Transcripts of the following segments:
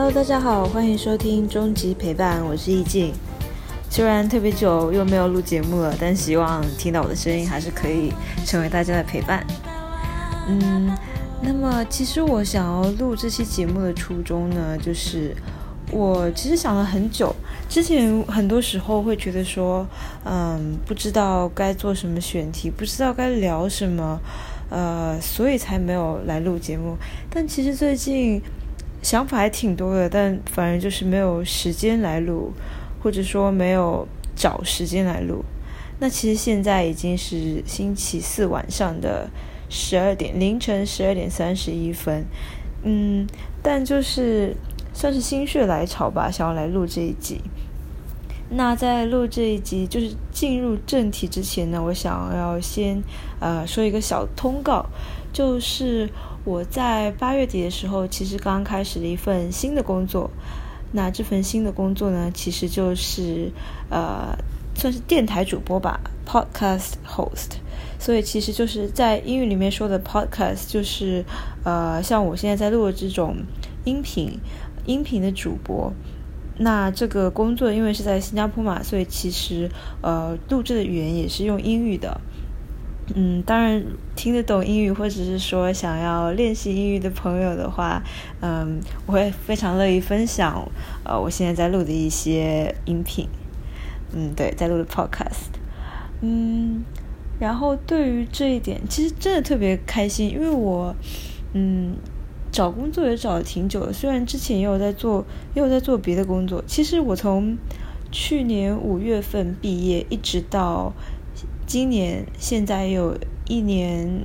Hello， 大家好，欢迎收听终极陪伴，我是易静。虽然特别久又没有录节目了，但希望听到我的声音还是可以成为大家的陪伴。那么其实我想要录这期节目的初衷呢，就是我其实想了很久，之前很多时候会觉得说不知道该做什么选题，不知道该聊什么，所以才没有来录节目。但其实最近想法还挺多的，但反而就是没有时间来录，或者说没有找时间来录。那其实现在已经是星期四晚上的凌晨12点31分，但就是算是心血来潮吧，想要来录这一集。那在录这一集就是进入正题之前呢，我想要先说一个小通告，就是我在8月底的时候其实刚开始了一份新的工作。那这份新的工作呢，其实就是算是电台主播吧， podcast host。所以其实就是在英语里面说的 podcast 就是像我现在在录的这种音频的主播。那这个工作因为是在新加坡嘛，所以其实录制的语言也是用英语的。当然听得懂英语或者是说想要练习英语的朋友的话，我会非常乐意分享我现在在录的一些音频。对，在录的 podcast。然后对于这一点其实真的特别开心，因为我找工作也找了挺久的，虽然之前也有在做别的工作。其实我从去年5月份毕业一直到今年现在有1年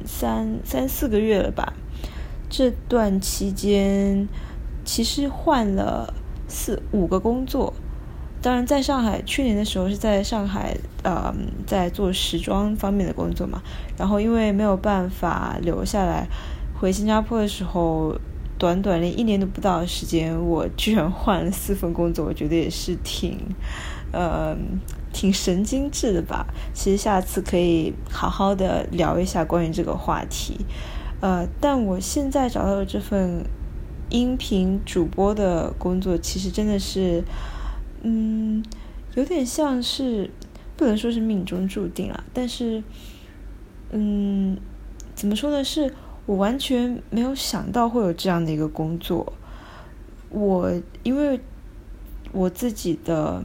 3-4个月了吧，这段期间其实换了4-5个工作。当然在上海，去年的时候是在上海在做时装方面的工作嘛，然后因为没有办法留下来，回新加坡的时候短连1年都不到的时间，我居然换了4份工作，我觉得也是挺神经质的吧。其实下次可以好好的聊一下关于这个话题。但我现在找到的这份音频主播的工作，其实真的是有点像是，不能说是命中注定啦，但是怎么说呢，是我完全没有想到会有这样的一个工作。因为我自己的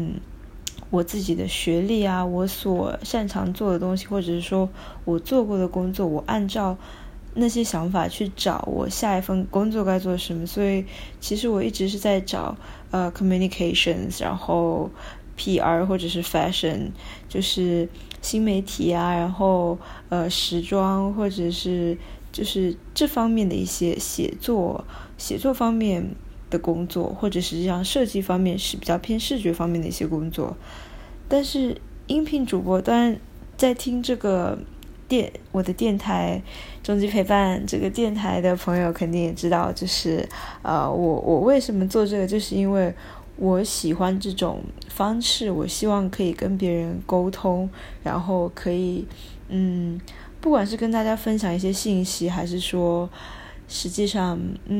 学历啊，我所擅长做的东西，或者是说我做过的工作，我按照那些想法去找我下一份工作该做什么。所以其实我一直是在找communications， 然后 PR 或者是 fashion， 就是新媒体啊，然后时装或者是就是这方面的一些写作方面的工作，或者实际上设计方面是比较偏视觉方面的一些工作。但是音频主播，当然在听这个我的电台终极陪伴这个电台的朋友肯定也知道，就是我为什么做这个，就是因为我喜欢这种方式，我希望可以跟别人沟通，然后可以不管是跟大家分享一些信息，还是说实际上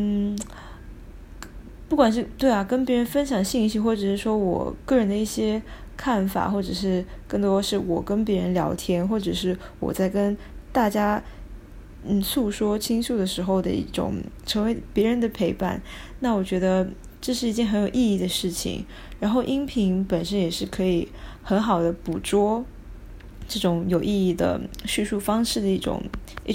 不管是跟别人分享信息，或者是说我个人的一些看法，或者是更多是我跟别人聊天，或者是我在跟大家诉说倾诉的时候的一种成为别人的陪伴。那我觉得这是一件很有意义的事情。然后音频本身也是可以很好的捕捉这种有意义的叙述方式的一种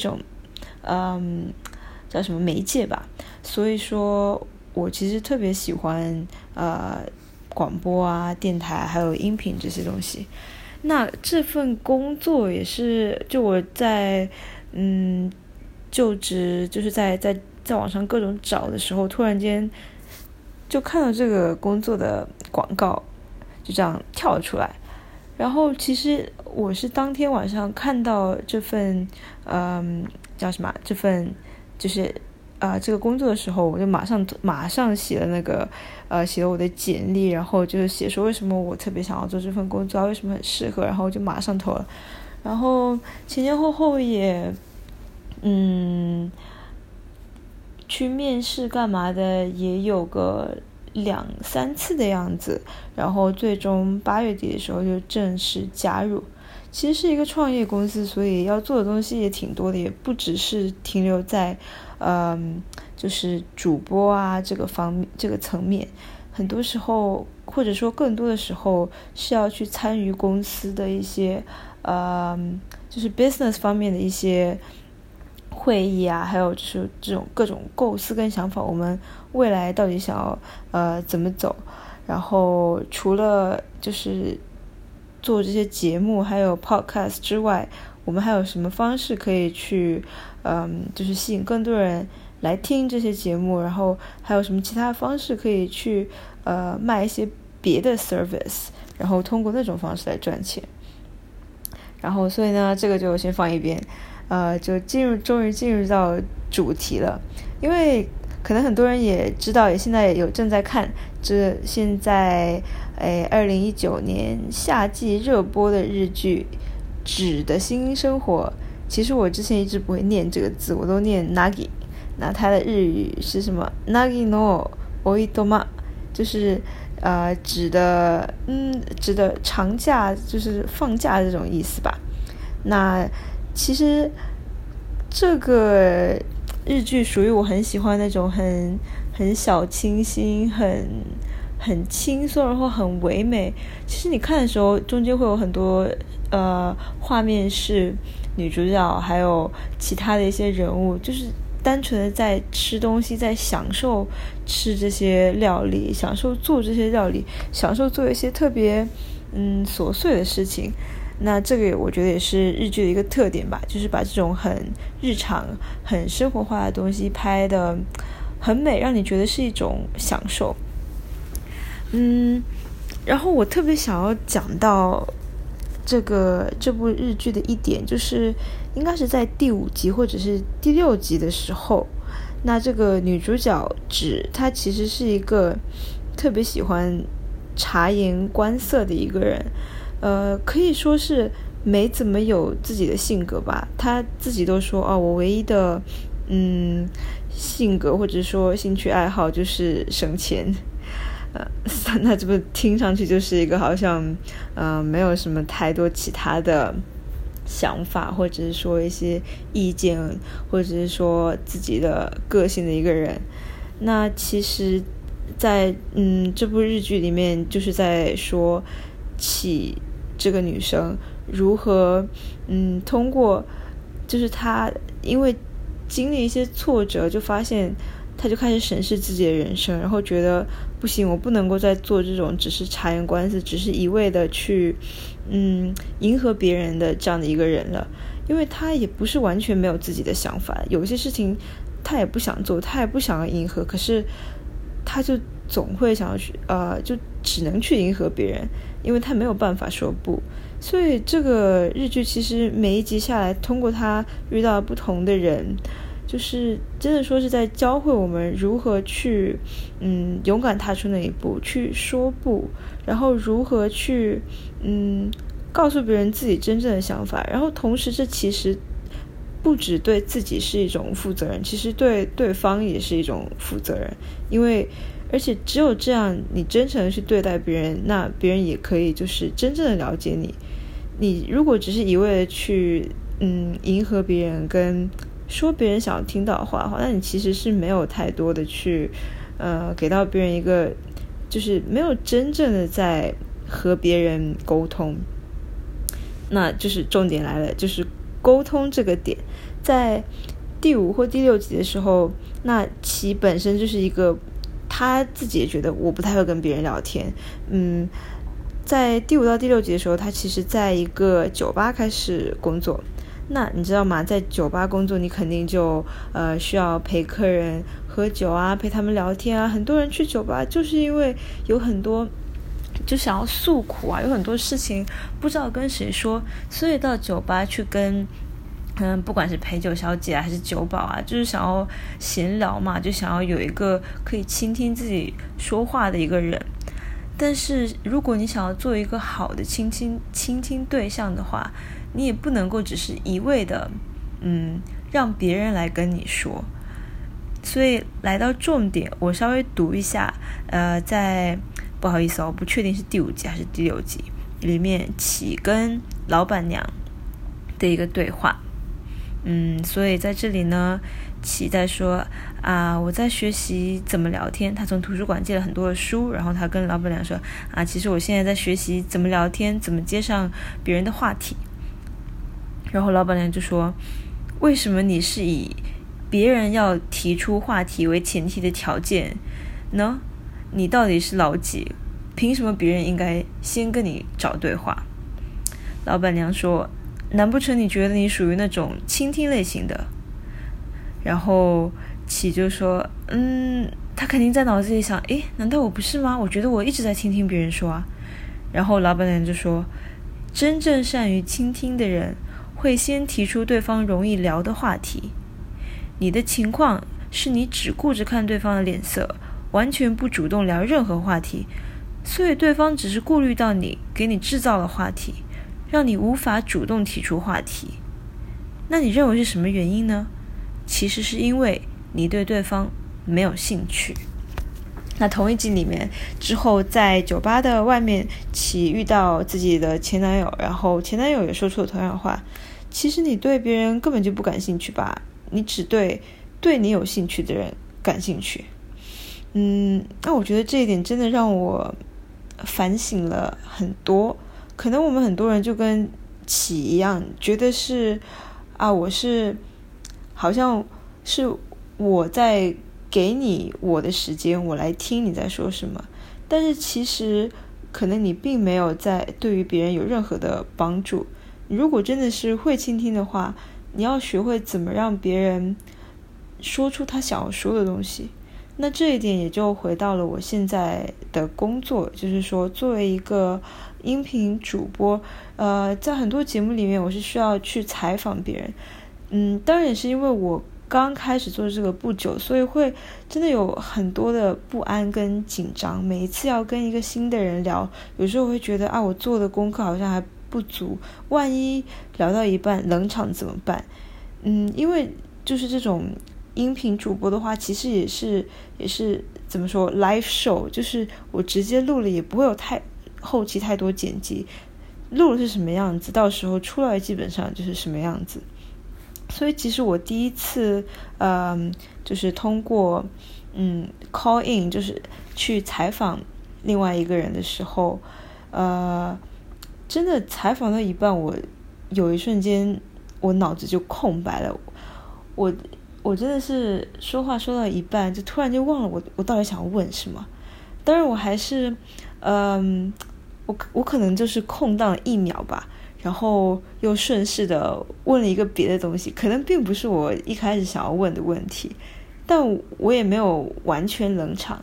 叫什么媒介吧。所以说我其实特别喜欢广播啊、电台还有音频这些东西。那这份工作也是就我在就职，就是在网上各种找的时候，突然间就看到这个工作的广告，就这样跳了出来。然后其实我是当天晚上看到这份叫什么，这份就是这个工作的时候，我就马上写了写了我的简历，然后就是写说为什么我特别想要做这份工作，为什么很适合，然后就马上投了。然后前前后后也去面试干嘛的也有个2-3次的样子，然后最终8月底的时候就正式加入。其实是一个创业公司，所以要做的东西也挺多的，也不只是停留在就是主播啊这个层面，很多时候或者说更多的时候是要去参与公司的一些就是 business 方面的一些会议啊，还有就是这种各种构思跟想法，我们未来到底想要怎么走，然后除了就是做这些节目还有 podcast 之外，我们还有什么方式可以去就是吸引更多人来听这些节目，然后还有什么其他方式可以去卖一些别的 service， 然后通过那种方式来赚钱。然后所以呢这个就先放一边，就终于进入到主题了。因为可能很多人也知道，也现在有正在看这现在2019年夏季热播的日剧《纸的新生活》。其实我之前一直不会念这个字，我都念 nagi， 那它的日语是什么 nagi no oitoma， 就是指的长假，就是放假这种意思吧。那其实这个日剧属于我很喜欢那种很小清新、很轻松，然后很唯美。其实你看的时候，中间会有很多画面是女主角还有其他的一些人物，就是单纯的在吃东西，在享受吃这些料理，享受做这些料理，享受做一些特别琐碎的事情。那这个我觉得也是日剧的一个特点吧，就是把这种很日常很生活化的东西拍得很美，让你觉得是一种享受。然后我特别想要讲到这部日剧的一点，就是应该是在第5集或者是第6集的时候，那这个女主角芷她其实是一个特别喜欢察言观色的一个人，可以说是没怎么有自己的性格吧。她自己都说我唯一的性格或者说兴趣爱好就是省钱。那这不听上去就是一个好像没有什么太多其他的想法，或者是说一些意见，或者是说自己的个性的一个人。那其实在这部日剧里面就是在说起这个女生如何通过就是她因为经历一些挫折，就发现她就开始审视自己的人生，然后觉得不行，我不能够再做这种只是察言观色，只是一味的去迎合别人的这样的一个人了。因为她也不是完全没有自己的想法，有些事情她也不想做，她也不想要迎合，可是她就总会想要去就只能去迎合别人，因为她没有办法说不。所以这个日剧其实每一集下来，通过她遇到不同的人，就是真的说是在教会我们如何去勇敢踏出那一步，去说不，然后如何去告诉别人自己真正的想法。然后同时这其实不只对自己是一种负责任，其实对对方也是一种负责任。而且只有这样，你真诚的去对待别人，那别人也可以就是真正的了解你。你如果只是一味的去迎合别人跟说别人想要听到的话，那你其实是没有太多的去给到别人一个，就是没有真正的在和别人沟通。那就是重点来了，就是沟通这个点。在第5或第6集的时候，那其本身就是一个他自己也觉得我不太会跟别人聊天。在第5到第6集的时候，他其实在一个酒吧开始工作。那你知道吗，在酒吧工作你肯定就需要陪客人喝酒啊，陪他们聊天啊。很多人去酒吧就是因为有很多就想要诉苦啊，有很多事情不知道跟谁说，所以到酒吧去跟不管是陪酒小姐还是酒保啊，就是想要闲聊嘛，就想要有一个可以倾听自己说话的一个人。但是如果你想要做一个好的倾听对象的话，你也不能够只是一味的让别人来跟你说。 所以来到重点，我稍微读一下，不好意思我不确定是第5集还是第6集里面启跟老板娘的一个对话。所以在这里呢，启在说我在学习怎么聊天，他从图书馆借了很多的书，然后他跟老板娘说其实我现在在学习怎么聊天，怎么接上别人的话题。然后老板娘就说，为什么你是以别人要提出话题为前提的条件呢？你到底是老几？凭什么别人应该先跟你找对话？老板娘说，难不成你觉得你属于那种倾听类型的？然后启就说，他肯定在脑子里想，难道我不是吗？我觉得我一直在倾听别人说啊。然后老板娘就说，真正善于倾听的人会先提出对方容易聊的话题。你的情况是你只顾着看对方的脸色，完全不主动聊任何话题，所以对方只是顾虑到你，给你制造了话题，让你无法主动提出话题。那你认为是什么原因呢？其实是因为你对对方没有兴趣。那同一集里面之后，在酒吧的外面，启遇到自己的前男友，然后前男友也说出了同样的话，其实你对别人根本就不感兴趣吧，你只对你有兴趣的人感兴趣。那我觉得这一点真的让我反省了很多。可能我们很多人就跟启一样，觉得是好像是我在给你我的时间，我来听你在说什么，但是其实可能你并没有在对于别人有任何的帮助。如果真的是会倾听的话，你要学会怎么让别人说出他想要说的东西。那这一点也就回到了我现在的工作，就是说作为一个音频主播，在很多节目里面我是需要去采访别人。当然也是因为我刚开始做这个不久，所以会真的有很多的不安跟紧张。每一次要跟一个新的人聊，有时候会觉得我做的功课好像还不足，万一聊到一半冷场怎么办？因为就是这种音频主播的话，其实也是怎么说 live show， 就是我直接录了，也不会有后期太多剪辑，录了是什么样子，到时候出来基本上就是什么样子。所以其实我第一次就是通过call in， 就是去采访另外一个人的时候，真的采访到一半，我有一瞬间我脑子就空白了，我真的是说话说到一半就突然就忘了我到底想问什么。当然我还是我可能就是空档了1秒吧，然后又顺势的问了一个别的东西，可能并不是我一开始想要问的问题，但我也没有完全冷场。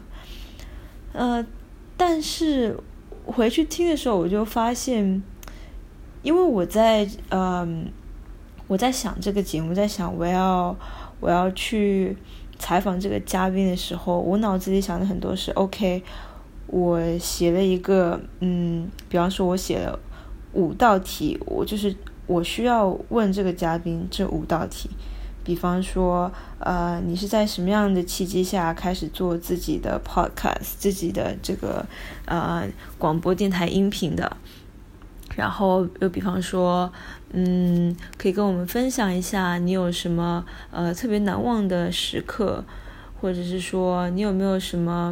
但是回去听的时候，我就发现，因为我在想这个节目，在想我要去采访这个嘉宾的时候，我脑子里想的很多是 OK， 我写了一个比方说我写了5道题，我需要问这个嘉宾这5道题。比方说你是在什么样的契机下开始做自己的 podcast， 自己的这个广播电台音频的。然后又比方说可以跟我们分享一下你有什么特别难忘的时刻，或者是说你有没有什么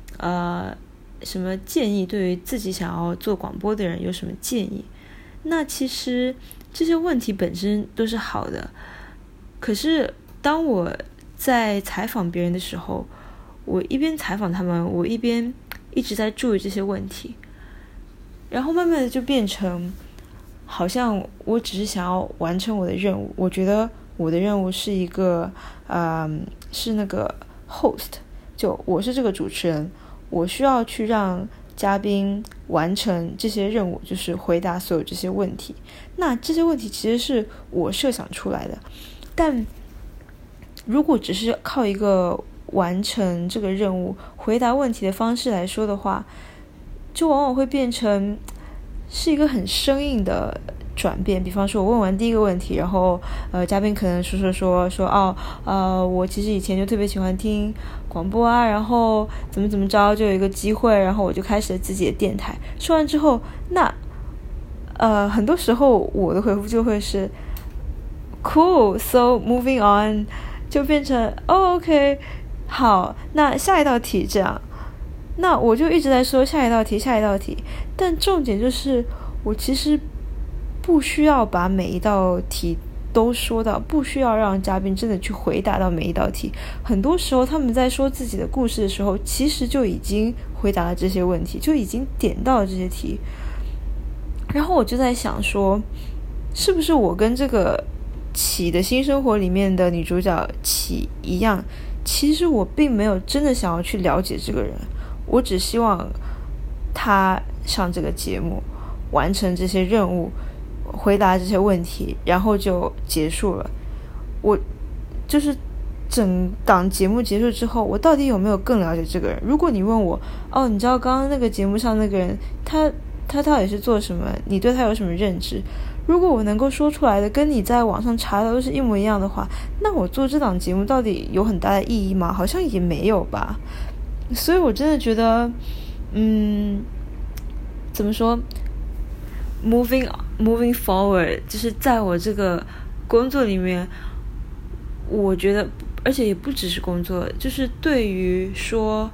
建议，对于自己想要做广播的人有什么建议。那其实这些问题本身都是好的，可是当我在采访别人的时候，我一边采访他们，我一边一直在注意这些问题，然后慢慢的就变成好像我只是想要完成我的任务。我觉得我的任务是一个是那个 host， 就我是这个主持人，我需要去让嘉宾完成这些任务，就是回答所有这些问题。那这些问题其实是我设想出来的，但如果只是靠一个完成这个任务回答问题的方式来说的话，就往往会变成是一个很生硬的转变。比方说我问完第一个问题，然后嘉宾可能说我其实以前就特别喜欢听广播啊，然后怎么着就有一个机会，然后我就开始了自己的电台。说完之后，那很多时候我的回复就会是 cool so moving on， 就变成OK 好，那下一道题这样。那我就一直在说下一道题，但重点就是我其实不需要把每一道题都说到，不需要让嘉宾真的去回答到每一道题。很多时候他们在说自己的故事的时候，其实就已经回答了这些问题，就已经点到了这些题。然后我就在想说，是不是我跟这个启的新生活里面的女主角启一样，其实我并没有真的想要去了解这个人，我只希望他上这个节目，完成这些任务，回答这些问题，然后就结束了。我就是整档节目结束之后，我到底有没有更了解这个人？如果你问我，你知道刚刚那个节目上那个人，他到底是做什么？你对他有什么认知？如果我能够说出来的跟你在网上查的都是一模一样的话，那我做这档节目到底有很大的意义吗？好像也没有吧。所以我真的觉得怎么说 moving forward， 就是在我这个工作里面，我觉得而且也不只是工作，就是对于说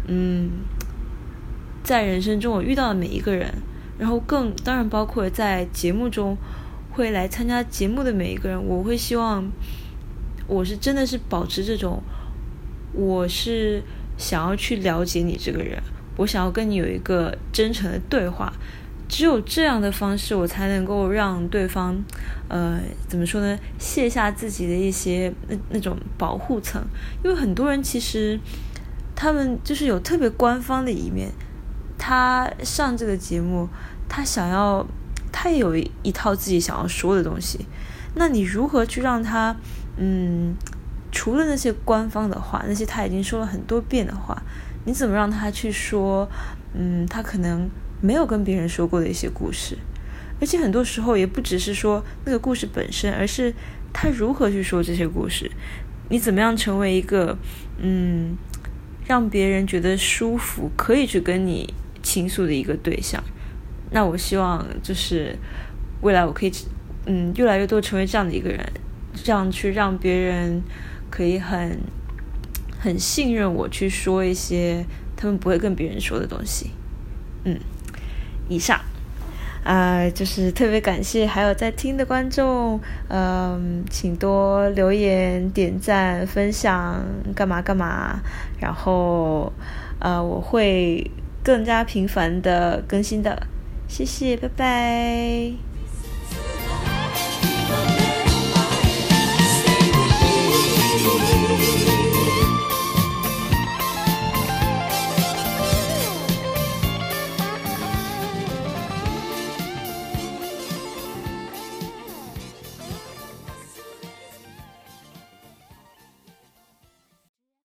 在人生中我遇到的每一个人，然后当然包括在节目中会来参加节目的每一个人，我会希望我是真的是保持这种，我是想要去了解你这个人，我想要跟你有一个真诚的对话。只有这样的方式，我才能够让对方怎么说呢，卸下自己的一些那种保护层。因为很多人其实他们就是有特别官方的一面，他上这个节目，他也有一套自己想要说的东西。那你如何去让他除了那些官方的话，那些他已经说了很多遍的话，你怎么让他去说他可能没有跟别人说过的一些故事？而且很多时候也不只是说那个故事本身，而是他如何去说这些故事，你怎么样成为一个让别人觉得舒服，可以去跟你倾诉的一个对象。那我希望就是未来我可以越来越多成为这样的一个人，这样去让别人可以很信任我去说一些他们不会跟别人说的东西。以上就是特别感谢还有在听的观众，请多留言、点赞、分享，干嘛，然后我会更加频繁的更新的，谢谢，拜拜。